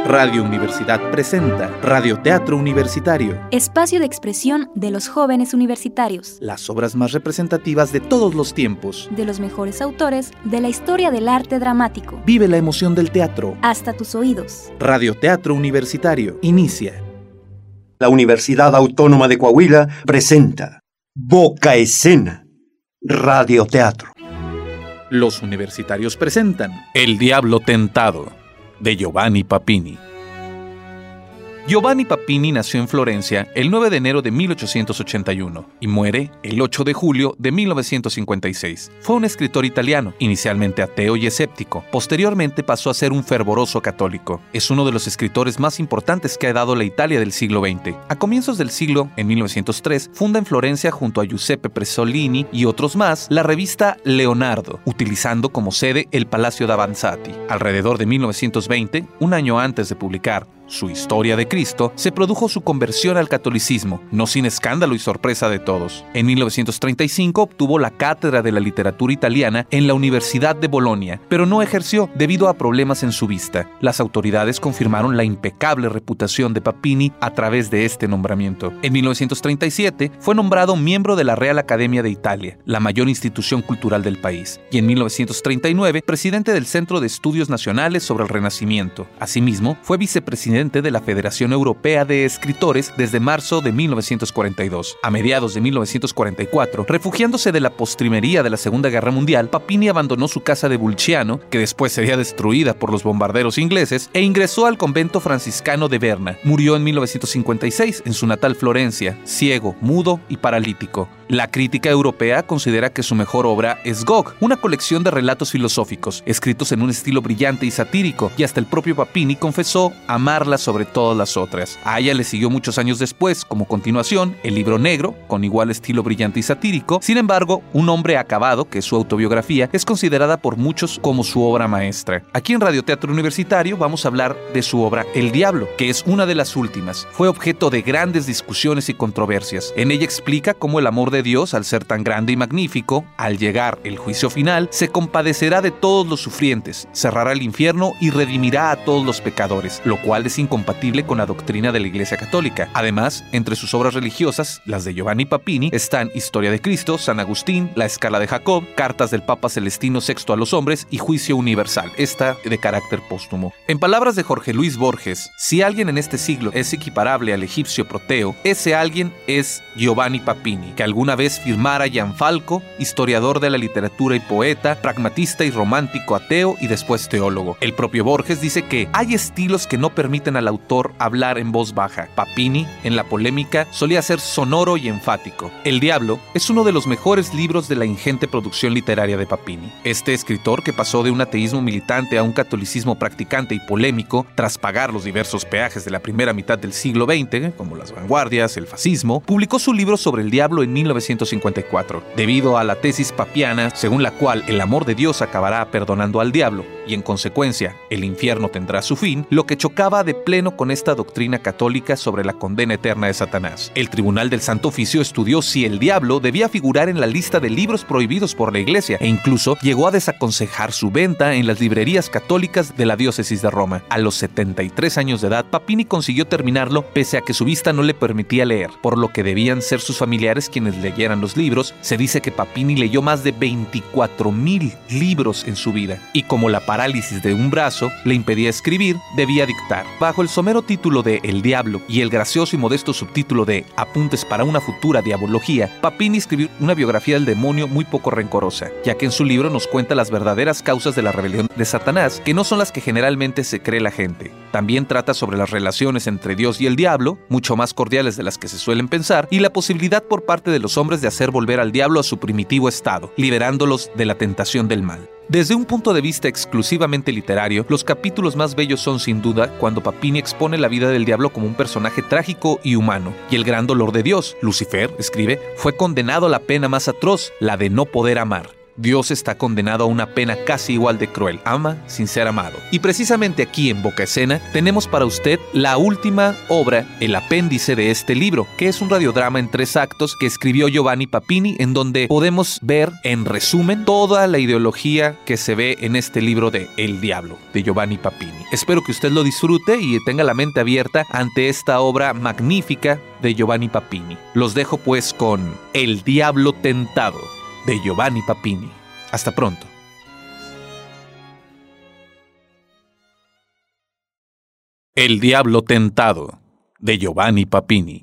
Radio Universidad presenta Radioteatro Universitario, espacio de expresión de los jóvenes universitarios. Las obras más representativas de todos los tiempos, de los mejores autores de la historia del arte dramático. Vive la emoción del teatro hasta tus oídos. Radioteatro Universitario inicia. La Universidad Autónoma de Coahuila presenta Boca Escena, Radioteatro. Los universitarios presentan El Diablo Tentado, de Giovanni Papini. Giovanni Papini nació en Florencia el 9 de enero de 1881 y muere el 8 de julio de 1956. Fue un escritor italiano, inicialmente ateo y escéptico. Posteriormente pasó a ser un fervoroso católico. Es uno de los escritores más importantes que ha dado la Italia del siglo XX. A comienzos del siglo, en 1903, funda en Florencia junto a Giuseppe Presolini y otros más la revista Leonardo, utilizando como sede el Palacio d'Avanzati. Alrededor de 1920, un año antes de publicar Su Historia de Cristo, se produjo su conversión al catolicismo, no sin escándalo y sorpresa de todos. En 1935 obtuvo la cátedra de la literatura italiana en la Universidad de Bolonia, pero no ejerció debido a problemas en su vista. Las autoridades confirmaron la impecable reputación de Papini a través de este nombramiento. En 1937 fue nombrado miembro de la Real Academia de Italia, la mayor institución cultural del país, y en 1939 presidente del Centro de Estudios Nacionales sobre el Renacimiento. Asimismo, fue vicepresidente de la Federación Europea de Escritores desde marzo de 1942. A mediados de 1944, refugiándose de la postrimería de la Segunda Guerra Mundial, Papini abandonó su casa de Bulciano, que después sería destruida por los bombarderos ingleses, e ingresó al convento franciscano de Berna. Murió en 1956 en su natal Florencia, ciego, mudo y paralítico. La crítica europea considera que su mejor obra es Gog, una colección de relatos filosóficos, escritos en un estilo brillante y satírico, y hasta el propio Papini confesó amarla sobre todas las otras. A ella le siguió muchos años después, como continuación, El Libro Negro, con igual estilo brillante y satírico. Sin embargo, Un hombre acabado, que es su autobiografía, es considerada por muchos como su obra maestra. Aquí en Radioteatro Universitario vamos a hablar de su obra El Diablo, que es una de las últimas. Fue objeto de grandes discusiones y controversias. En ella explica cómo el amor de Dios, al ser tan grande y magnífico, al llegar el juicio final, se compadecerá de todos los sufrientes, cerrará el infierno y redimirá a todos los pecadores, lo cual es incompatible con la doctrina de la Iglesia Católica. Además, entre sus obras religiosas, las de Giovanni Papini, están Historia de Cristo, San Agustín, La Escala de Jacob, Cartas del Papa Celestino VI a los hombres y Juicio Universal, esta de carácter póstumo. En palabras de Jorge Luis Borges, si alguien en este siglo es equiparable al egipcio Proteo, ese alguien es Giovanni Papini, que alguna vez firmara Gianfalco, historiador de la literatura y poeta, pragmatista y romántico ateo y después teólogo. El propio Borges dice que hay estilos que no permiten al autor hablar en voz baja. Papini, en la polémica, solía ser sonoro y enfático. El Diablo es uno de los mejores libros de la ingente producción literaria de Papini. Este escritor, que pasó de un ateísmo militante a un catolicismo practicante y polémico, tras pagar los diversos peajes de la primera mitad del siglo XX, como las vanguardias, el fascismo, publicó su libro sobre el Diablo en 1954. Debido a la tesis papiana, según la cual el amor de Dios acabará perdonando al diablo y en consecuencia el infierno tendrá su fin, lo que chocaba de pleno con esta doctrina católica sobre la condena eterna de Satanás. El Tribunal del Santo Oficio estudió si el Diablo debía figurar en la lista de libros prohibidos por la Iglesia e incluso llegó a desaconsejar su venta en las librerías católicas de la diócesis de Roma. A los 73 años de edad, Papini consiguió terminarlo pese a que su vista no le permitía leer, por lo que debían ser sus familiares quienes leyeran los libros. Se dice que Papini leyó más de 24,000 libros en su vida y como la parálisis de un brazo le impedía escribir, debía dictar. Bajo el somero título de El Diablo y el gracioso y modesto subtítulo de Apuntes para una futura diabología, Papini escribió una biografía del demonio muy poco rencorosa, ya que en su libro nos cuenta las verdaderas causas de la rebelión de Satanás, que no son las que generalmente se cree la gente. También trata sobre las relaciones entre Dios y el diablo, mucho más cordiales de las que se suelen pensar, y la posibilidad por parte de los hombres de hacer volver al diablo a su primitivo estado, liberándolos de la tentación del mal. Desde un punto de vista exclusivamente literario, los capítulos más bellos son sin duda cuando Papini expone la vida del diablo como un personaje trágico y humano, y el gran dolor de Dios. Lucifer, escribe, fue condenado a la pena más atroz, la de no poder amar. Dios está condenado a una pena casi igual de cruel. Ama sin ser amado. Y precisamente aquí en Boca Escena tenemos para usted la última obra, el apéndice de este libro, que es un radiodrama en 3 actos que escribió Giovanni Papini, en donde podemos ver, en resumen, toda la ideología que se ve en este libro de El Diablo, de Giovanni Papini. Espero que usted lo disfrute y tenga la mente abierta ante esta obra magnífica de Giovanni Papini. Los dejo pues con El Diablo Tentado, de Giovanni Papini. Hasta pronto. El Diablo Tentado, de Giovanni Papini.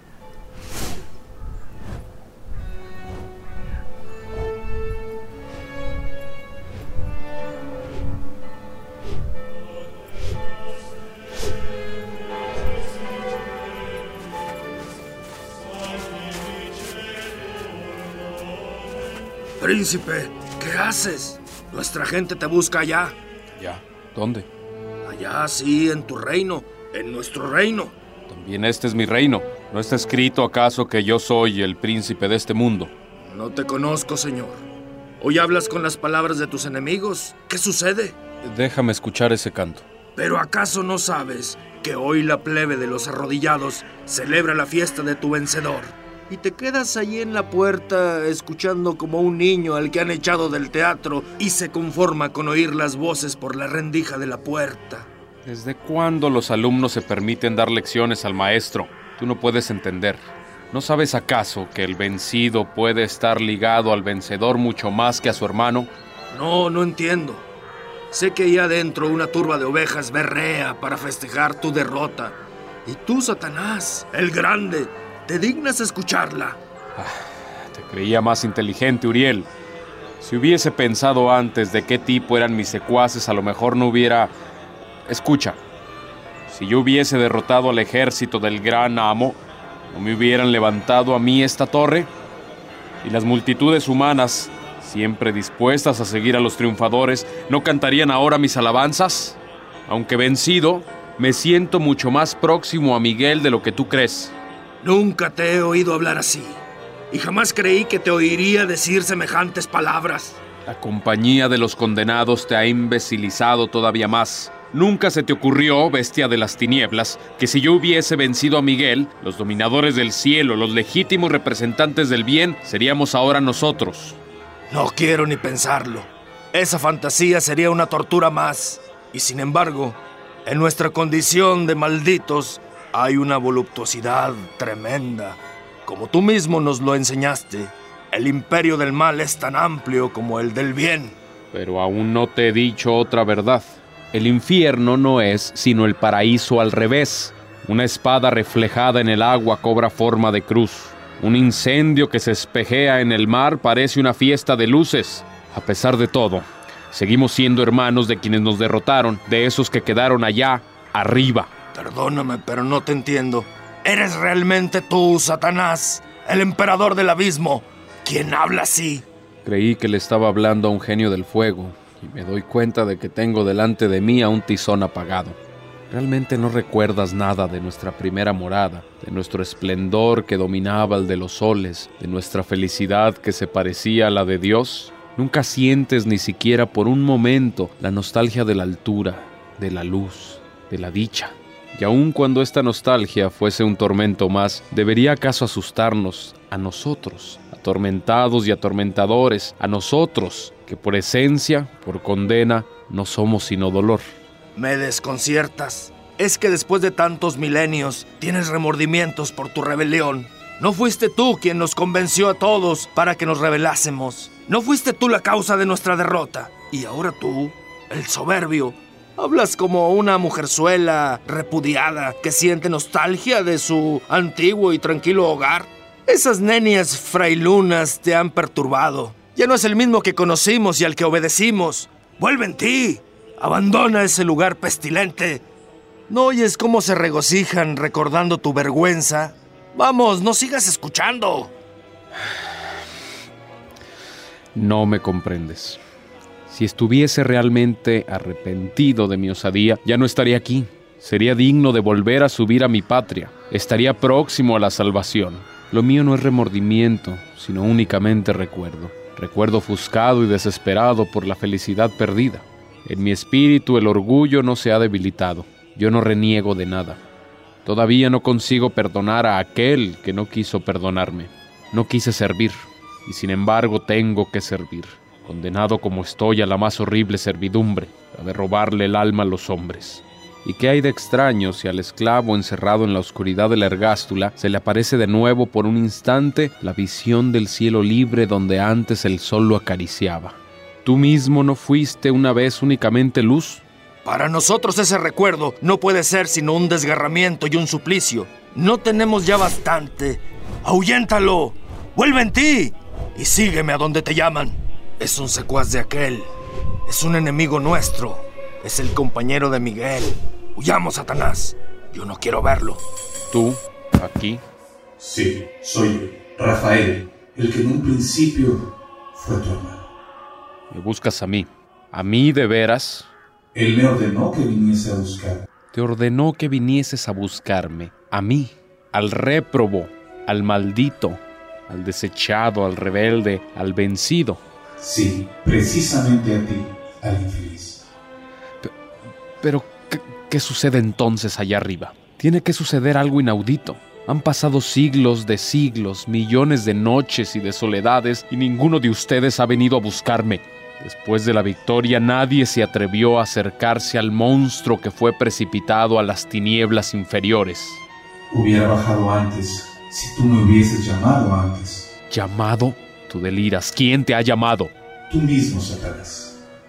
Príncipe, ¿qué haces? Nuestra gente te busca allá. ¿Ya? ¿Dónde? Allá, sí, en tu reino, en nuestro reino. También este es mi reino. ¿No está escrito acaso que yo soy el príncipe de este mundo? No te conozco, señor. Hoy hablas con las palabras de tus enemigos. ¿Qué sucede? Déjame escuchar ese canto. ¿Pero acaso no sabes que hoy la plebe de los arrodillados celebra la fiesta de tu vencedor? Y te quedas allí en la puerta escuchando como un niño al que han echado del teatro y se conforma con oír las voces por la rendija de la puerta. ¿Desde cuándo los alumnos se permiten dar lecciones al maestro? Tú no puedes entender. ¿No sabes acaso que el vencido puede estar ligado al vencedor mucho más que a su hermano? No entiendo. Sé que ahí adentro una turba de ovejas berrea para festejar tu derrota. Y tú, Satanás, el grande, ¿te dignas escucharla? Te creía más inteligente, Uriel. Si hubiese pensado antes de qué tipo eran mis secuaces, a lo mejor no hubiera... Escucha, si yo hubiese derrotado al ejército del gran amo, ¿no me hubieran levantado a mí esta torre? Y las multitudes humanas, siempre dispuestas a seguir a los triunfadores, ¿no cantarían ahora mis alabanzas? Aunque vencido, me siento mucho más próximo a Miguel de lo que tú crees. Nunca te he oído hablar así, y jamás creí que te oiría decir semejantes palabras. La compañía de los condenados te ha imbecilizado todavía más. Nunca se te ocurrió, bestia de las tinieblas, que si yo hubiese vencido a Miguel, los dominadores del cielo, los legítimos representantes del bien, seríamos ahora nosotros. No quiero ni pensarlo. Esa fantasía sería una tortura más. Y sin embargo, en nuestra condición de malditos, hay una voluptuosidad tremenda. Como tú mismo nos lo enseñaste, el imperio del mal es tan amplio como el del bien. Pero aún no te he dicho otra verdad. El infierno no es sino el paraíso al revés. Una espada reflejada en el agua cobra forma de cruz. Un incendio que se espejea en el mar parece una fiesta de luces. A pesar de todo, seguimos siendo hermanos de quienes nos derrotaron, de esos que quedaron allá, arriba. Perdóname, pero no te entiendo. ¿Eres realmente tú, Satanás, el emperador del abismo, quien habla así? Creí que le estaba hablando a un genio del fuego, y me doy cuenta de que tengo delante de mí a un tizón apagado. ¿Realmente no recuerdas nada de nuestra primera morada, de nuestro esplendor que dominaba el de los soles, de nuestra felicidad que se parecía a la de Dios? ¿Nunca sientes ni siquiera por un momento la nostalgia de la altura, de la luz, de la dicha? Y aun cuando esta nostalgia fuese un tormento más, ¿debería acaso asustarnos a nosotros, atormentados y atormentadores, a nosotros, que por esencia, por condena, no somos sino dolor? Me desconciertas. Es que después de tantos milenios, tienes remordimientos por tu rebelión. No fuiste tú quien nos convenció a todos para que nos rebelásemos. No fuiste tú la causa de nuestra derrota. Y ahora tú, el soberbio, hablas como una mujerzuela repudiada que siente nostalgia de su antiguo y tranquilo hogar. Esas nenias frailunas te han perturbado. Ya no es el mismo que conocimos y al que obedecimos. Vuelve en ti. Abandona ese lugar pestilente. ¿No oyes cómo se regocijan recordando tu vergüenza? Vamos, no sigas escuchando. No me comprendes. Si estuviese realmente arrepentido de mi osadía, ya no estaría aquí. Sería digno de volver a subir a mi patria. Estaría próximo a la salvación. Lo mío no es remordimiento, sino únicamente recuerdo. Recuerdo ofuscado y desesperado por la felicidad perdida. En mi espíritu el orgullo no se ha debilitado. Yo no reniego de nada. Todavía no consigo perdonar a aquel que no quiso perdonarme. No quise servir, y sin embargo tengo que servir, condenado como estoy a la más horrible servidumbre, la de robarle el alma a los hombres. ¿Y qué hay de extraño si al esclavo encerrado en la oscuridad de la ergástula se le aparece de nuevo por un instante la visión del cielo libre donde antes el sol lo acariciaba? ¿Tú mismo no fuiste una vez únicamente luz? Para nosotros ese recuerdo no puede ser sino un desgarramiento y un suplicio. No tenemos ya bastante. ¡Ahuyéntalo! ¡Vuelve en ti! Y sígueme a donde te llaman. Es un secuaz de aquel. Es un enemigo nuestro. Es el compañero de Miguel. Huyamos, Satanás. Yo no quiero verlo. ¿Tú? ¿Aquí? Sí, soy yo, Rafael, el que en un principio fue tu hermano. ¿Me buscas a mí? ¿A mí de veras? Él me ordenó que viniese a buscar. Te ordenó que vinieses a buscarme. A mí, al réprobo, al maldito, al desechado, al rebelde, al vencido. Sí, precisamente a ti, al infeliz. Pero, ¿qué sucede entonces allá arriba? Tiene que suceder algo inaudito. Han pasado siglos de siglos, millones de noches y de soledades, y ninguno de ustedes ha venido a buscarme. Después de la victoria, nadie se atrevió a acercarse al monstruo que fue precipitado a las tinieblas inferiores. Hubiera bajado antes, si tú me hubieses llamado antes. ¿Llamado? Tú deliras. ¿Quién te ha llamado? Tú mismo, Satanás.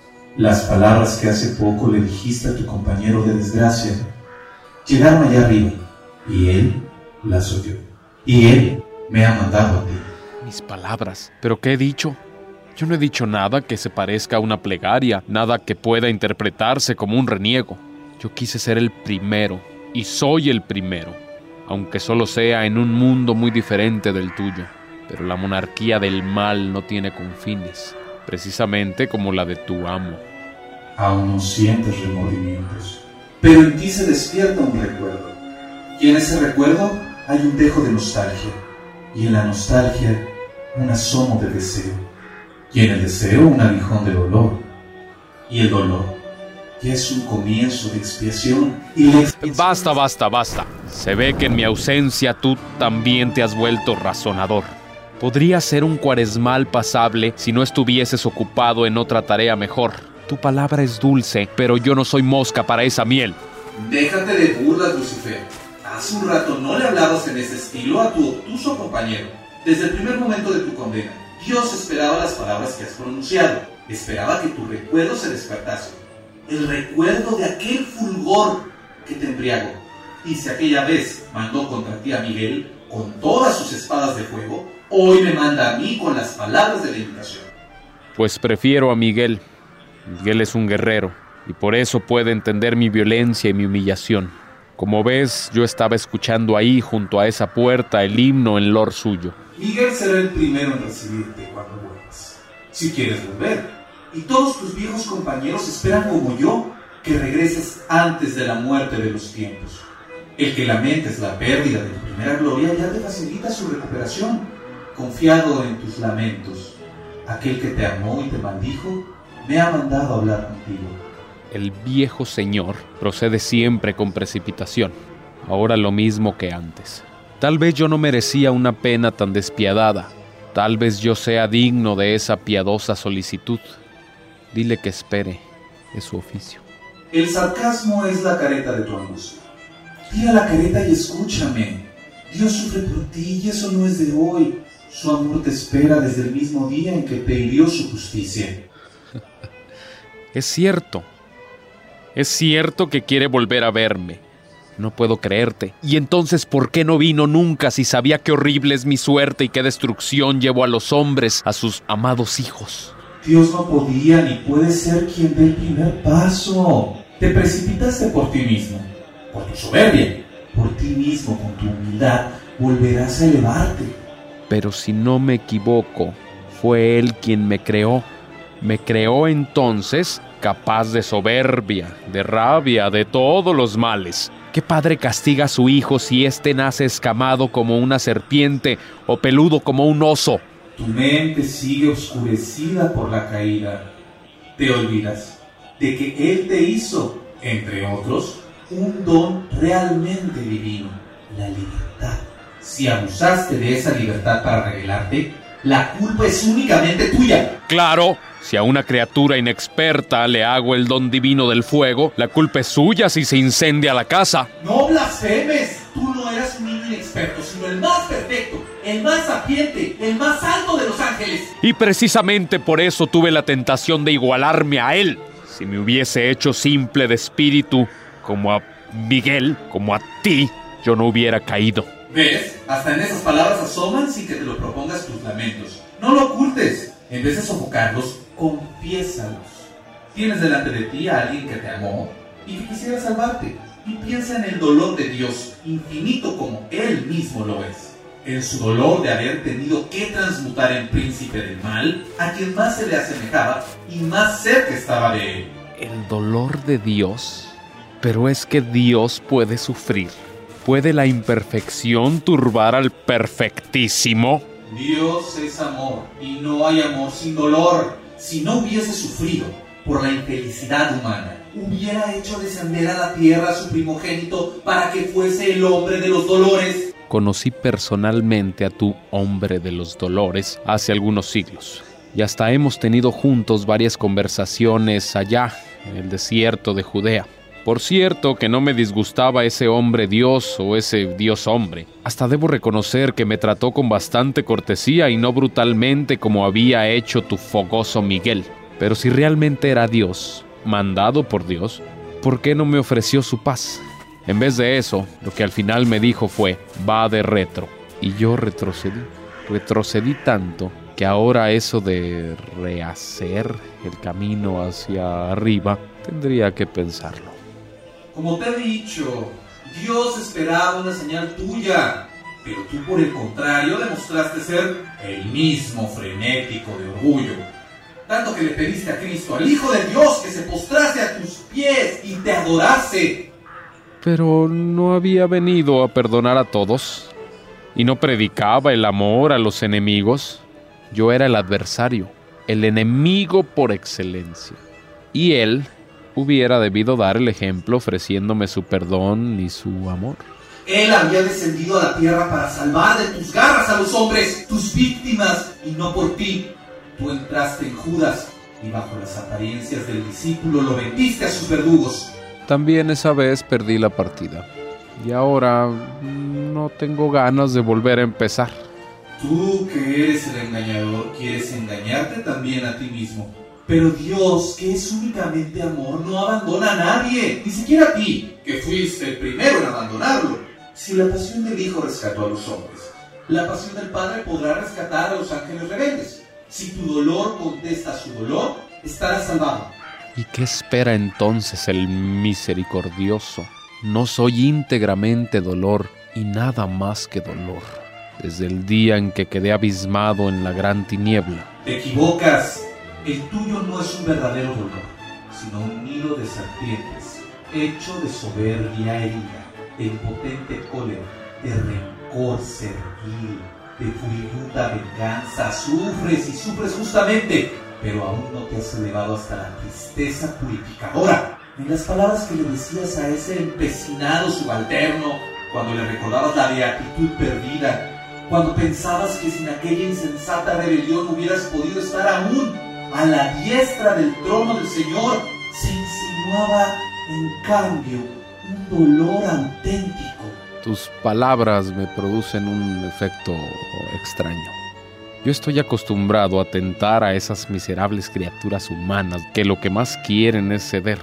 Las palabras que hace poco le dijiste a tu compañero de desgracia llegaron allá arriba, y él las oyó. Y él me ha mandado a ti. Mis palabras. ¿Pero qué he dicho? Yo no he dicho nada que se parezca a una plegaria, nada que pueda interpretarse como un reniego. Yo quise ser el primero, y soy el primero, aunque solo sea en un mundo muy diferente del tuyo. Pero la monarquía del mal no tiene confines, precisamente como la de tu amo. Aún no sientes remordimientos, pero en ti se despierta un recuerdo. Y en ese recuerdo hay un dejo de nostalgia, y en la nostalgia un asomo de deseo. Y en el deseo un aguijón de dolor. Y el dolor ya es un comienzo de expiación. Y la expiación... Basta. Se ve que en mi ausencia tú también te has vuelto razonador. Podría ser un cuaresmal pasable si no estuvieses ocupado en otra tarea mejor. Tu palabra es dulce, pero yo no soy mosca para esa miel. Déjate de burlas, Lucifer. Hace un rato no le hablabas en ese estilo a tu obtuso compañero. Desde el primer momento de tu condena, Dios esperaba las palabras que has pronunciado. Esperaba que tu recuerdo se despertase. El recuerdo de aquel fulgor que te embriagó. Y si aquella vez mandó contra ti a Miguel con todas sus espadas de fuego, hoy me manda a mí con las palabras de la invitación. Pues prefiero a Miguel. Miguel es un guerrero, y por eso puede entender mi violencia y mi humillación. Como ves, yo estaba escuchando ahí, junto a esa puerta, el himno en loor suyo. Miguel será el primero en recibirte cuando vuelvas, si quieres volver. Y todos tus viejos compañeros esperan como yo que regreses antes de la muerte de los tiempos. El que lamentes la pérdida de tu primera gloria ya te facilita su recuperación. Confiado en tus lamentos, aquel que te amó y te maldijo, me ha mandado a hablar contigo. El viejo señor procede siempre con precipitación, ahora lo mismo que antes. Tal vez yo no merecía una pena tan despiadada, tal vez yo sea digno de esa piadosa solicitud. Dile que espere, es su oficio. El sarcasmo es la careta de tu angustia. Tira la careta y escúchame. Dios sufre por ti y eso no es de hoy. Su amor te espera desde el mismo día en que te hirió su justicia. Es cierto que quiere volver a verme. No puedo creerte. ¿Y entonces por qué no vino nunca si sabía qué horrible es mi suerte y qué destrucción llevo a los hombres, a sus amados hijos? Dios no podía ni puede ser quien dé el primer paso. Te precipitaste por ti mismo, por tu soberbia. Por ti mismo, con tu humildad, volverás a elevarte. Pero si no me equivoco, fue Él quien me creó. Me creó entonces capaz de soberbia, de rabia, de todos los males. ¿Qué padre castiga a su hijo si éste nace escamado como una serpiente o peludo como un oso? Tu mente sigue oscurecida por la caída. Te olvidas de que Él te hizo, entre otros, un don realmente divino, la libertad. Si abusaste de esa libertad para rebelarte, la culpa es únicamente tuya. Claro, si a una criatura inexperta le hago el don divino del fuego, la culpa es suya si se incendia la casa. ¡No blasfemes! Tú no eras un niño inexperto, sino el más perfecto, el más sapiente, el más alto de los ángeles. Y precisamente por eso tuve la tentación de igualarme a él. Si me hubiese hecho simple de espíritu, como a Miguel, como a ti, yo no hubiera caído. ¿Ves? Hasta en esas palabras asoman sin que te lo propongas tus lamentos. No lo ocultes. En vez de sofocarlos, confiésalos. Tienes delante de ti a alguien que te amó y que quisiera salvarte. Y piensa en el dolor de Dios, infinito como Él mismo lo es. En su dolor de haber tenido que transmutar en príncipe del mal a quien más se le asemejaba y más cerca estaba de Él. ¿El dolor de Dios? Pero es que Dios puede sufrir. ¿Puede la imperfección turbar al perfectísimo? Dios es amor y no hay amor sin dolor. Si no hubiese sufrido por la infelicidad humana, hubiera hecho descender a la tierra a su primogénito para que fuese el hombre de los dolores. Conocí personalmente a tu hombre de los dolores hace algunos siglos. Y hasta hemos tenido juntos varias conversaciones allá, en el desierto de Judea. Por cierto, que no me disgustaba ese hombre Dios o ese Dios hombre. Hasta debo reconocer que me trató con bastante cortesía y no brutalmente como había hecho tu fogoso Miguel. Pero si realmente era Dios, mandado por Dios, ¿por qué no me ofreció su paz? En vez de eso, lo que al final me dijo fue, va de retro. Y yo retrocedí. Retrocedí tanto que ahora eso de rehacer el camino hacia arriba, tendría que pensarlo. Como te he dicho, Dios esperaba una señal tuya, pero tú por el contrario demostraste ser el mismo frenético de orgullo. Tanto que le pediste a Cristo, al Hijo de Dios, que se postrase a tus pies y te adorase. Pero no había venido a perdonar a todos, y no predicaba el amor a los enemigos. Yo era el adversario, el enemigo por excelencia. Y él hubiera debido dar el ejemplo ofreciéndome su perdón y su amor. Él había descendido a la tierra para salvar de tus garras a los hombres, tus víctimas, y no por ti. Tú entraste en Judas y bajo las apariencias del discípulo lo vendiste a sus verdugos. También esa vez perdí la partida. Y ahora no tengo ganas de volver a empezar. Tú, que eres el engañador, quieres engañarte también a ti mismo. Pero Dios, que es únicamente amor, no abandona a nadie, ni siquiera a ti, que fuiste el primero en abandonarlo. Si la pasión del Hijo rescató a los hombres, la pasión del Padre podrá rescatar a los ángeles rebeldes. Si tu dolor contesta a su dolor, estarás salvado. ¿Y qué espera entonces el misericordioso? No soy íntegramente dolor y nada más que dolor, desde el día en que quedé abismado en la gran tiniebla. Te equivocas. El tuyo no es un verdadero dolor, sino un nido de serpientes, hecho de soberbia herida, de impotente cólera, de rencor servil, de furibunda venganza. Sufres y sufres justamente, pero aún no te has elevado hasta la tristeza purificadora. En las palabras que le decías a ese empecinado subalterno, cuando le recordabas la beatitud perdida, cuando pensabas que sin aquella insensata rebelión hubieras podido estar aún a la diestra del trono del Señor, se insinuaba en cambio un dolor auténtico. Tus palabras me producen un efecto extraño. Yo estoy acostumbrado a tentar a esas miserables criaturas humanas que lo que más quieren es ceder.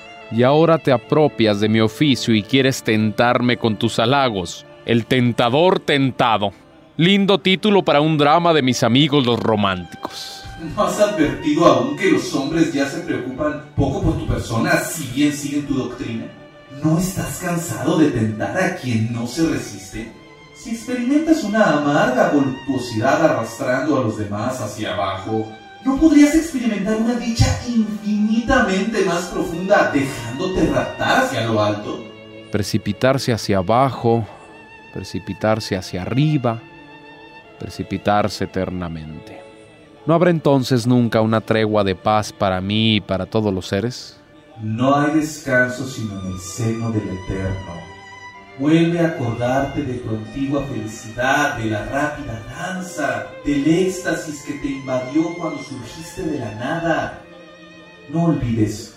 Y ahora te apropias de mi oficio y quieres tentarme con tus halagos. El tentador tentado. Lindo título para un drama de mis amigos los románticos. ¿No has advertido aún que los hombres ya se preocupan poco por tu persona, si bien siguen tu doctrina? ¿No estás cansado de tentar a quien no se resiste? Si experimentas una amarga voluptuosidad arrastrando a los demás hacia abajo, ¿no podrías experimentar una dicha infinitamente más profunda dejándote raptar hacia lo alto? Precipitarse hacia abajo, precipitarse hacia arriba, precipitarse eternamente. ¿No habrá entonces nunca una tregua de paz para mí y para todos los seres? No hay descanso sino en el seno del Eterno. Vuelve a acordarte de tu antigua felicidad, de la rápida danza, del éxtasis que te invadió cuando surgiste de la nada. No olvides,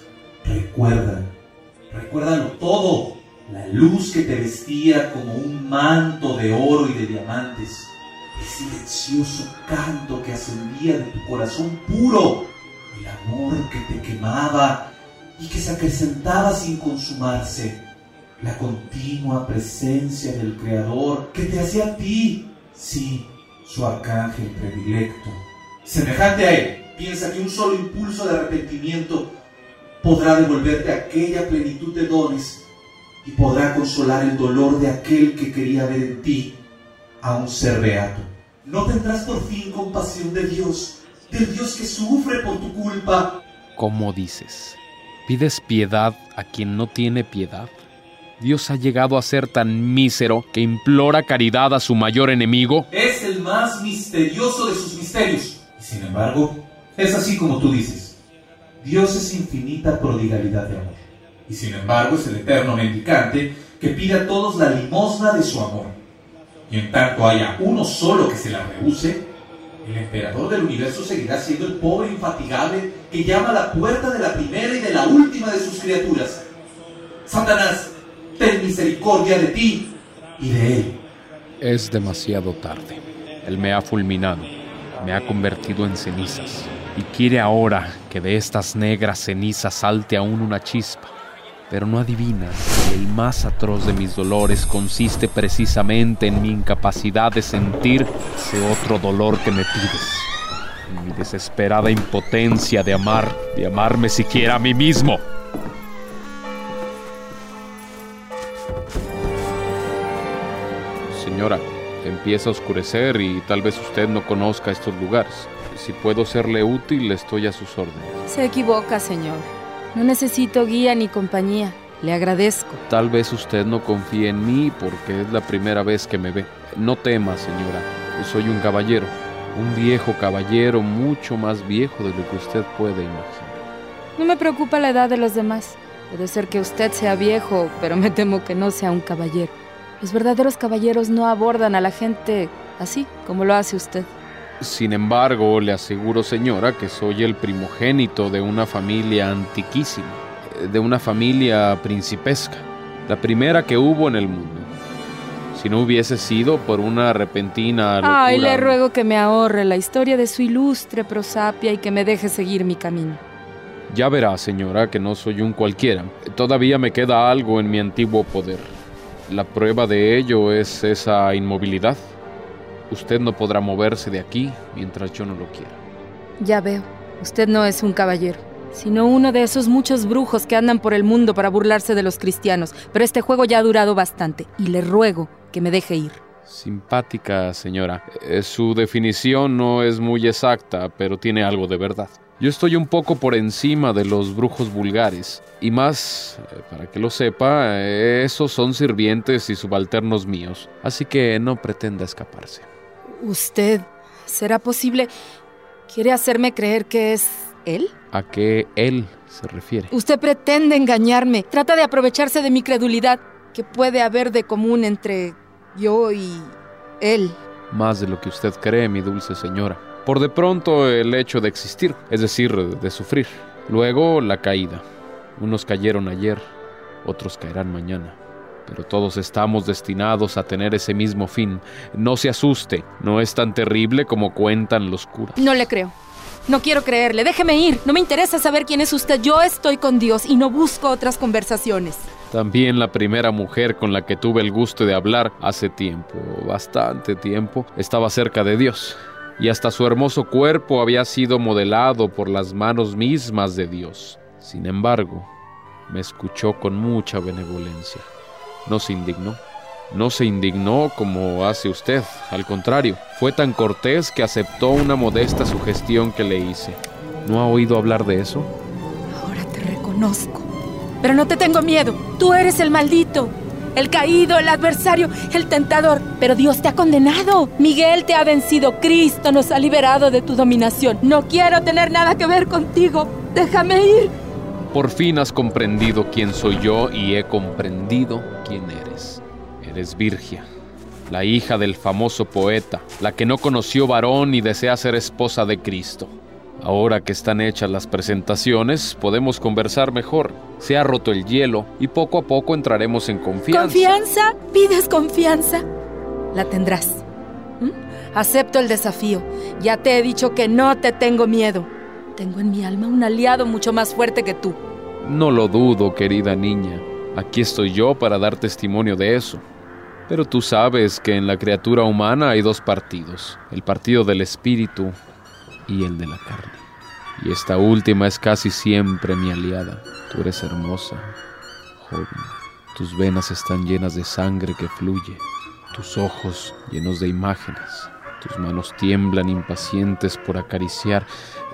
recuérdalo todo. La luz que te vestía como un manto de oro y de diamantes. El silencioso canto que ascendía de tu corazón puro. El amor que te quemaba y que se acrecentaba sin consumarse. La continua presencia del Creador que te hacía a ti, sí, su arcángel predilecto. Semejante a él, piensa que un solo impulso de arrepentimiento podrá devolverte aquella plenitud de dones y podrá consolar el dolor de aquel que quería ver en ti a un ser beato. ¿No tendrás por fin compasión de Dios, del Dios que sufre por tu culpa? ¿Cómo dices? ¿Pides piedad a quien no tiene piedad? ¿Dios ha llegado a ser tan mísero que implora caridad a su mayor enemigo? Es el más misterioso de sus misterios. Y sin embargo, es así como tú dices. Dios es infinita prodigalidad de amor. Y sin embargo es el eterno mendicante que pide a todos la limosna de su amor. Y en tanto haya uno solo que se la rehúse, el emperador del universo seguirá siendo el pobre infatigable que llama a la puerta de la primera y de la última de sus criaturas. Satanás, ten misericordia de ti y de él. Es demasiado tarde. Él me ha fulminado, me ha convertido en cenizas. Y quiere ahora que de estas negras cenizas salte aún una chispa. Pero no adivinas que el más atroz de mis dolores consiste precisamente en mi incapacidad de sentir ese otro dolor que me pides. En mi desesperada impotencia de amarme siquiera a mí mismo. Señora, empieza a oscurecer y tal vez usted no conozca estos lugares. Si puedo serle útil, estoy a sus órdenes. Se equivoca, señor. No necesito guía ni compañía. Le agradezco. Tal vez usted no confíe en mí porque es la primera vez que me ve. No tema, señora. Soy un caballero. Un viejo caballero, mucho más viejo de lo que usted puede imaginar. No me preocupa la edad de los demás. Puede ser que usted sea viejo, pero me temo que no sea un caballero. Los verdaderos caballeros no abordan a la gente así como lo hace usted. Sin embargo, le aseguro, señora, que soy el primogénito de una familia antiquísima, de una familia principesca, la primera que hubo en el mundo. Si no hubiese sido por una repentina locura... Ay, le ruego que me ahorre la historia de su ilustre prosapia y que me deje seguir mi camino. Ya verá, señora, que no soy un cualquiera. Todavía me queda algo en mi antiguo poder. La prueba de ello es esa inmovilidad. Usted no podrá moverse de aquí mientras yo no lo quiera. Ya veo, usted no es un caballero, sino uno de esos muchos brujos que andan por el mundo para burlarse de los cristianos. Pero este juego ya ha durado bastante y le ruego que me deje ir. Simpática, señora. Su definición no es muy exacta, pero tiene algo de verdad. Yo estoy un poco por encima de los brujos vulgares. Y más, para que lo sepa, esos son sirvientes y subalternos míos. Así que no pretenda escaparse. ¿Usted? ¿Será posible? ¿Quiere hacerme creer que es él? ¿A qué él se refiere? Usted pretende engañarme. Trata de aprovecharse de mi credulidad. ¿Qué puede haber de común entre yo y él? Más de lo que usted cree, mi dulce señora. Por de pronto, el hecho de existir, es decir, de sufrir. Luego, la caída. Unos cayeron ayer, otros caerán mañana. Pero todos estamos destinados a tener ese mismo fin. No se asuste, no es tan terrible como cuentan los curas. No le creo. No quiero creerle. Déjeme ir. No me interesa saber quién es usted. Yo estoy con Dios y no busco otras conversaciones. También la primera mujer con la que tuve el gusto de hablar hace tiempo, bastante tiempo, estaba cerca de Dios. Y hasta su hermoso cuerpo había sido modelado por las manos mismas de Dios. Sin embargo, me escuchó con mucha benevolencia. No se indignó como hace usted. Al contrario, fue tan cortés que aceptó una modesta sugestión que le hice. ¿No ha oído hablar de eso? Ahora te reconozco. Pero no te tengo miedo. Tú eres el maldito. el caído, el adversario, el tentador. Pero Dios te ha condenado. Miguel te ha vencido. Cristo nos ha liberado de tu dominación. No quiero tener nada que ver contigo. Déjame ir. Por fin has comprendido quién soy yo y he comprendido quién eres. Eres Virgia, la hija del famoso poeta, la que no conoció varón y desea ser esposa de Cristo. Ahora que están hechas las presentaciones, podemos conversar mejor. Se ha roto el hielo y poco a poco entraremos en confianza. ¿Confianza? ¿Pides confianza? La tendrás. Acepto el desafío. Ya te he dicho que no te tengo miedo. Tengo en mi alma un aliado mucho más fuerte que tú. No lo dudo, querida niña. Aquí estoy yo para dar testimonio de eso. Pero tú sabes que en la criatura humana hay dos partidos. El partido del espíritu y el de la carne. Y esta última es casi siempre mi aliada. Tú eres hermosa, joven. Tus venas están llenas de sangre que fluye. Tus ojos llenos de imágenes. Tus manos tiemblan impacientes por acariciar.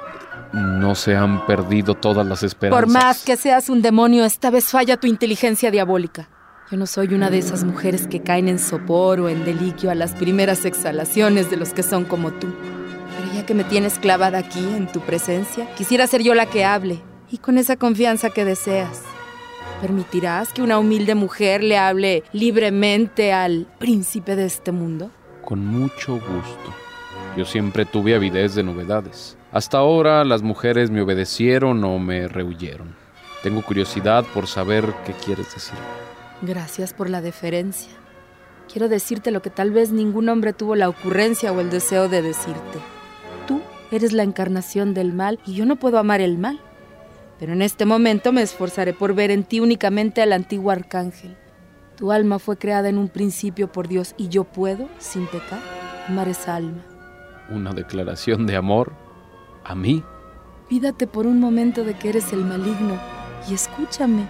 No se han perdido todas las esperanzas. Por más que seas un demonio, esta vez falla tu inteligencia diabólica. Yo no soy una de esas mujeres que caen en sopor o en deliquio a las primeras exhalaciones de los que son como tú. Pero ya que me tienes clavada aquí, en tu presencia, quisiera ser yo la que hable, y con esa confianza que deseas. ¿Permitirás que una humilde mujer le hable libremente al príncipe de este mundo? Con mucho gusto. Yo siempre tuve avidez de novedades. Hasta ahora las mujeres me obedecieron o me rehuyeron. Tengo curiosidad por saber qué quieres decirme. Gracias por la deferencia. Quiero decirte lo que tal vez ningún hombre tuvo la ocurrencia o el deseo de decirte. Tú eres la encarnación del mal y yo no puedo amar el mal. Pero en este momento me esforzaré por ver en ti únicamente al antiguo arcángel. Tu alma fue creada en un principio por Dios y yo puedo, sin pecar, amar esa alma. ¿Una declaración de amor? ¿A mí? Olvídate por un momento de que eres el maligno y escúchame.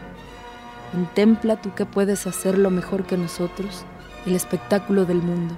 Contempla tú que puedes hacerlo mejor que nosotros, el espectáculo del mundo.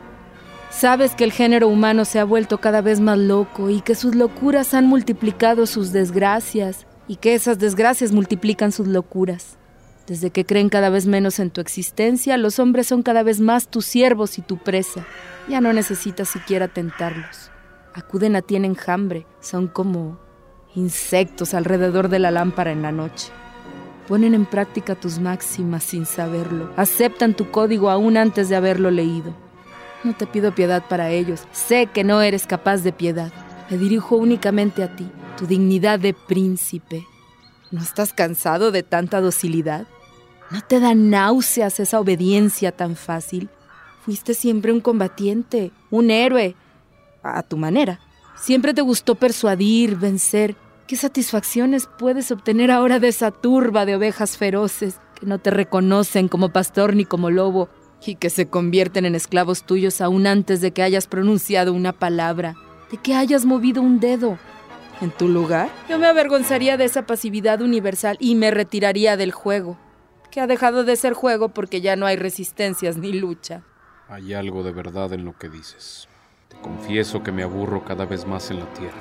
Sabes que el género humano se ha vuelto cada vez más loco y que sus locuras han multiplicado sus desgracias y que esas desgracias multiplican sus locuras. Desde que creen cada vez menos en tu existencia, los hombres son cada vez más tus siervos y tu presa. Ya no necesitas siquiera tentarlos. Acuden a ti en enjambre, son como insectos alrededor de la lámpara en la noche. Ponen en práctica tus máximas sin saberlo. Aceptan tu código aún antes de haberlo leído. No te pido piedad para ellos. Sé que no eres capaz de piedad. Me dirijo únicamente a ti, tu dignidad de príncipe. ¿No estás cansado de tanta docilidad? ¿No te da náuseas esa obediencia tan fácil? Fuiste siempre un combatiente, un héroe, a tu manera. Siempre te gustó persuadir, vencer. ¿Qué satisfacciones puedes obtener ahora de esa turba de ovejas feroces que no te reconocen como pastor ni como lobo y que se convierten en esclavos tuyos aún antes de que hayas pronunciado una palabra, de que hayas movido un dedo? En tu lugar, yo me avergonzaría de esa pasividad universal y me retiraría del juego, que ha dejado de ser juego porque ya no hay resistencias ni lucha. Hay algo de verdad en lo que dices. Te confieso que me aburro cada vez más en la tierra,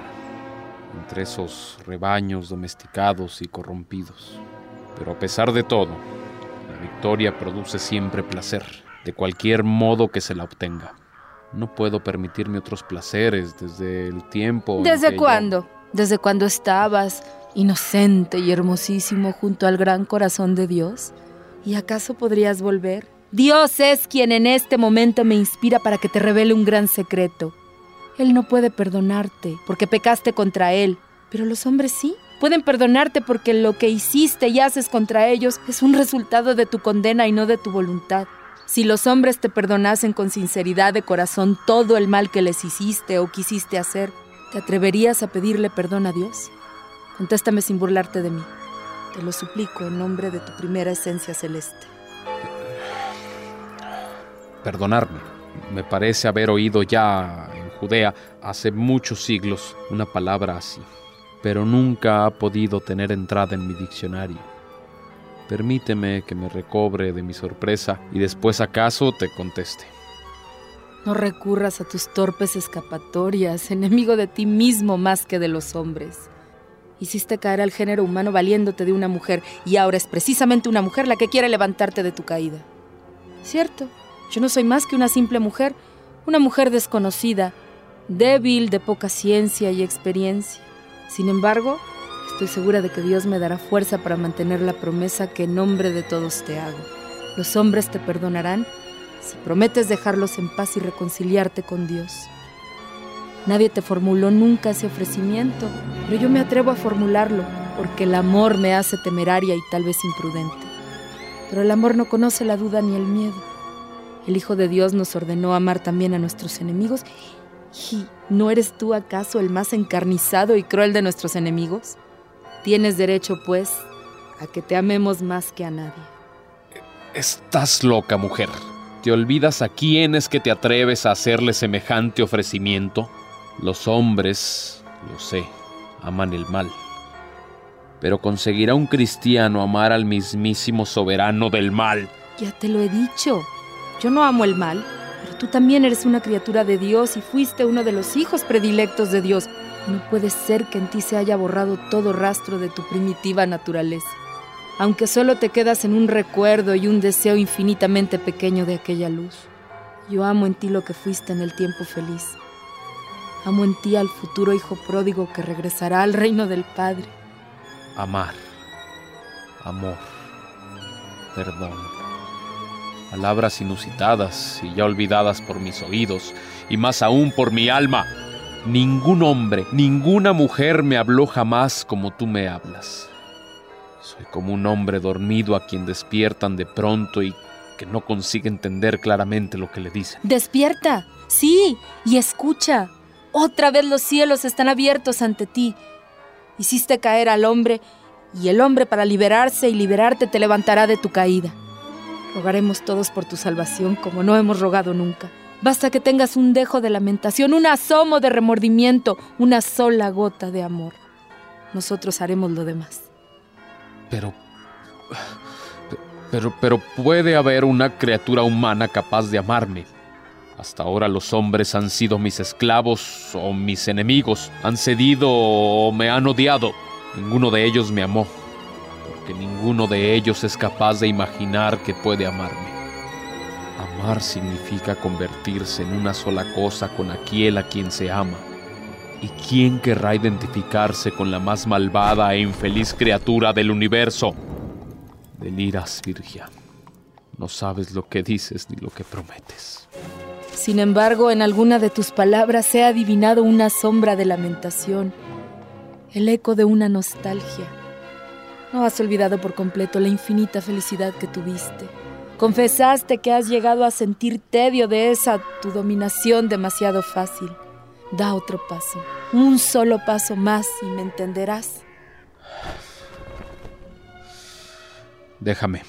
entre esos rebaños domesticados y corrompidos. Pero a pesar de todo, la victoria produce siempre placer, de cualquier modo que se la obtenga. No puedo permitirme otros placeres desde el tiempo... ¿Desde cuándo? ¿Desde cuando estabas inocente y hermosísimo junto al gran corazón de Dios? ¿Y acaso podrías volver? Dios es quien en este momento me inspira para que te revele un gran secreto. Él no puede perdonarte porque pecaste contra Él, pero los hombres sí. Pueden perdonarte porque lo que hiciste y haces contra ellos es un resultado de tu condena y no de tu voluntad. Si los hombres te perdonasen con sinceridad de corazón todo el mal que les hiciste o quisiste hacer, ¿te atreverías a pedirle perdón a Dios? Contéstame sin burlarte de mí. Te lo suplico en nombre de tu primera esencia celeste. Perdonarme. Me parece haber oído ya en Judea hace muchos siglos una palabra así, pero nunca ha podido tener entrada en mi diccionario. Permíteme que me recobre de mi sorpresa y después acaso te conteste. No recurras a tus torpes escapatorias, enemigo de ti mismo más que de los hombres. Hiciste caer al género humano valiéndote de una mujer y ahora es precisamente una mujer la que quiere levantarte de tu caída. Cierto, yo no soy más que una simple mujer, una mujer desconocida, débil, de poca ciencia y experiencia. Sin embargo, estoy segura de que Dios me dará fuerza para mantener la promesa que en nombre de todos te hago. Los hombres te perdonarán si prometes dejarlos en paz y reconciliarte con Dios. Nadie te formuló nunca ese ofrecimiento, pero yo me atrevo a formularlo porque el amor me hace temeraria y tal vez imprudente. Pero el amor no conoce la duda ni el miedo. El Hijo de Dios nos ordenó amar también a nuestros enemigos. ¿Y no eres tú acaso el más encarnizado y cruel de nuestros enemigos? Tienes derecho, pues, a que te amemos más que a nadie. Estás loca, mujer. ¿Te olvidas a quién es que te atreves a hacerle semejante ofrecimiento? Los hombres, lo sé, aman el mal. Pero ¿conseguirá un cristiano amar al mismísimo soberano del mal? Ya te lo he dicho. Yo no amo el mal, pero tú también eres una criatura de Dios y fuiste uno de los hijos predilectos de Dios. No puede ser que en ti se haya borrado todo rastro de tu primitiva naturaleza, aunque solo te quedas en un recuerdo y un deseo infinitamente pequeño de aquella luz. Yo amo en ti lo que fuiste en el tiempo feliz. Amo en ti al futuro hijo pródigo que regresará al reino del Padre. Amar, amor, perdón. Palabras inusitadas y ya olvidadas por mis oídos, y más aún por mi alma. Ningún hombre, ninguna mujer me habló jamás como tú me hablas. Soy como un hombre dormido a quien despiertan de pronto y que no consigue entender claramente lo que le dicen. ¡Despierta! Sí, y escucha. Otra vez los cielos están abiertos ante ti. Hiciste caer al hombre, y el hombre para liberarse y liberarte te levantará de tu caída. Rogaremos todos por tu salvación como no hemos rogado nunca. Basta que tengas un dejo de lamentación, un asomo de remordimiento, una sola gota de amor. Nosotros haremos lo demás. Pero puede haber una criatura humana capaz de amarme. Hasta ahora los hombres han sido mis esclavos o mis enemigos, han cedido o me han odiado. Ninguno de ellos me amó, porque ninguno de ellos es capaz de imaginar que puede amarme. Amar significa convertirse en una sola cosa con aquel a quien se ama. ¿Y quién querrá identificarse con la más malvada e infeliz criatura del universo? Deliras, Virgia. No sabes lo que dices ni lo que prometes. Sin embargo, en alguna de tus palabras he adivinado una sombra de lamentación, el eco de una nostalgia. No has olvidado por completo la infinita felicidad que tuviste. Confesaste que has llegado a sentir tedio de esa tu dominación demasiado fácil. Da otro paso, un solo paso más y me entenderás. Déjame.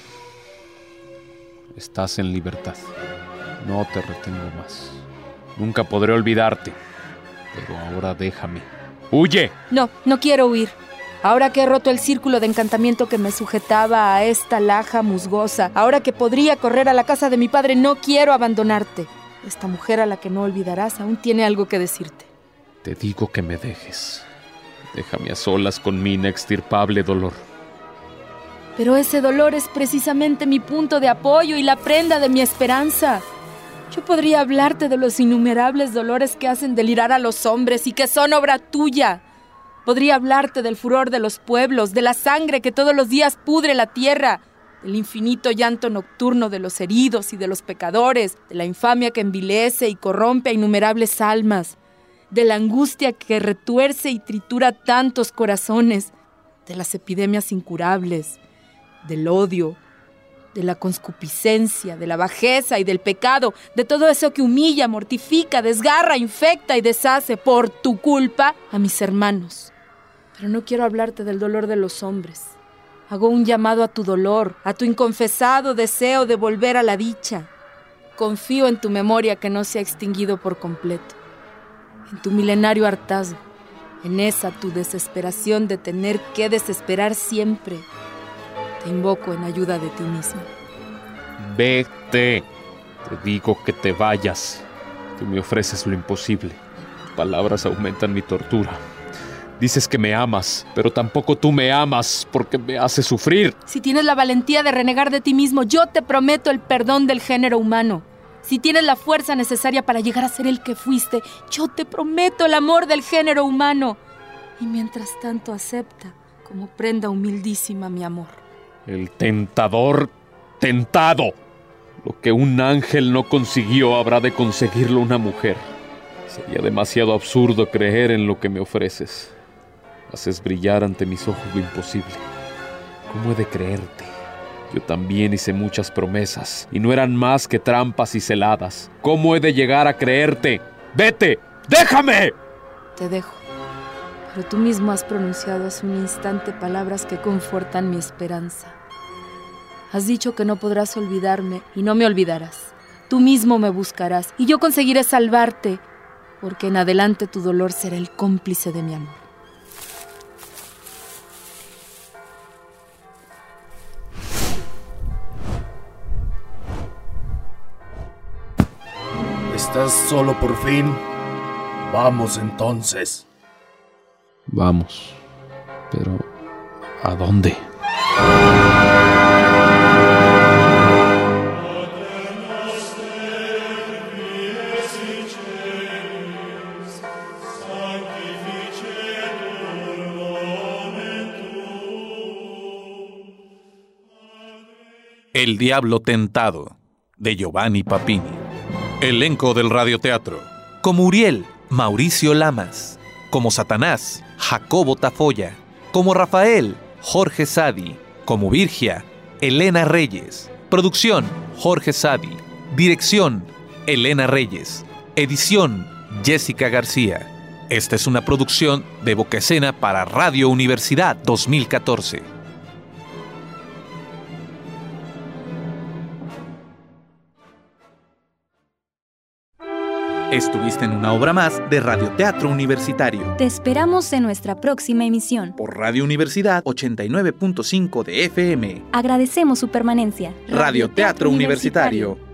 Estás en libertad. No te retengo más. Nunca podré olvidarte. Pero ahora déjame. ¡Huye! No quiero huir. Ahora que he roto el círculo de encantamiento que me sujetaba a esta laja musgosa, ahora que podría correr a la casa de mi padre, no quiero abandonarte. Esta mujer a la que no olvidarás aún tiene algo que decirte. Te digo que me dejes. Déjame a solas con mi inextirpable dolor. Pero ese dolor es precisamente mi punto de apoyo y la prenda de mi esperanza. Yo podría hablarte de los innumerables dolores que hacen delirar a los hombres y que son obra tuya. Podría hablarte del furor de los pueblos, de la sangre que todos los días pudre la tierra, del infinito llanto nocturno de los heridos y de los pecadores, de la infamia que envilece y corrompe a innumerables almas, de la angustia que retuerce y tritura tantos corazones, de las epidemias incurables, del odio, de la concupiscencia, de la bajeza y del pecado, de todo eso que humilla, mortifica, desgarra, infecta y deshace por tu culpa a mis hermanos. Pero no quiero hablarte del dolor de los hombres. Hago un llamado a tu dolor, a tu inconfesado deseo de volver a la dicha. Confío en tu memoria que no se ha extinguido por completo, en tu milenario hartazgo, en esa tu desesperación de tener que desesperar siempre. Te invoco en ayuda de ti mismo. Vete. Te digo que te vayas. Tú me ofreces lo imposible. Tus palabras aumentan mi tortura. Dices que me amas, pero tampoco tú me amas porque me haces sufrir. Si tienes la valentía de renegar de ti mismo, yo te prometo el perdón del género humano. Si tienes la fuerza necesaria para llegar a ser el que fuiste, yo te prometo el amor del género humano. Y mientras tanto acepta como prenda humildísima mi amor. El tentador tentado. Lo que un ángel no consiguió habrá de conseguirlo una mujer. Sería demasiado absurdo creer en lo que me ofreces. Haces brillar ante mis ojos lo imposible. ¿Cómo he de creerte? Yo también hice muchas promesas, y no eran más que trampas y celadas. ¿Cómo he de llegar a creerte? ¡Vete! ¡Déjame! Te dejo. Pero tú mismo has pronunciado hace un instante palabras que confortan mi esperanza. Has dicho que no podrás olvidarme, y no me olvidarás. Tú mismo me buscarás, y yo conseguiré salvarte, porque en adelante tu dolor será el cómplice de mi amor. ¿Estás solo por fin? Vamos entonces. Vamos. Pero, ¿a dónde? El diablo tentado, de Giovanni Papini. Elenco del radioteatro. Como Uriel, Mauricio Lamas. Como Satanás, Jacobo Tafoya. Como Rafael, Jorge Sadi. Como Virgia, Elena Reyes. Producción, Jorge Sadi. Dirección, Elena Reyes. Edición, Jessica García. Esta es una producción de Boca Escena para Radio Universidad 2014. Estuviste en una obra más de Radioteatro Universitario. Te esperamos en nuestra próxima emisión. Por Radio Universidad 89.5 de FM. Agradecemos su permanencia. Radioteatro Universitario.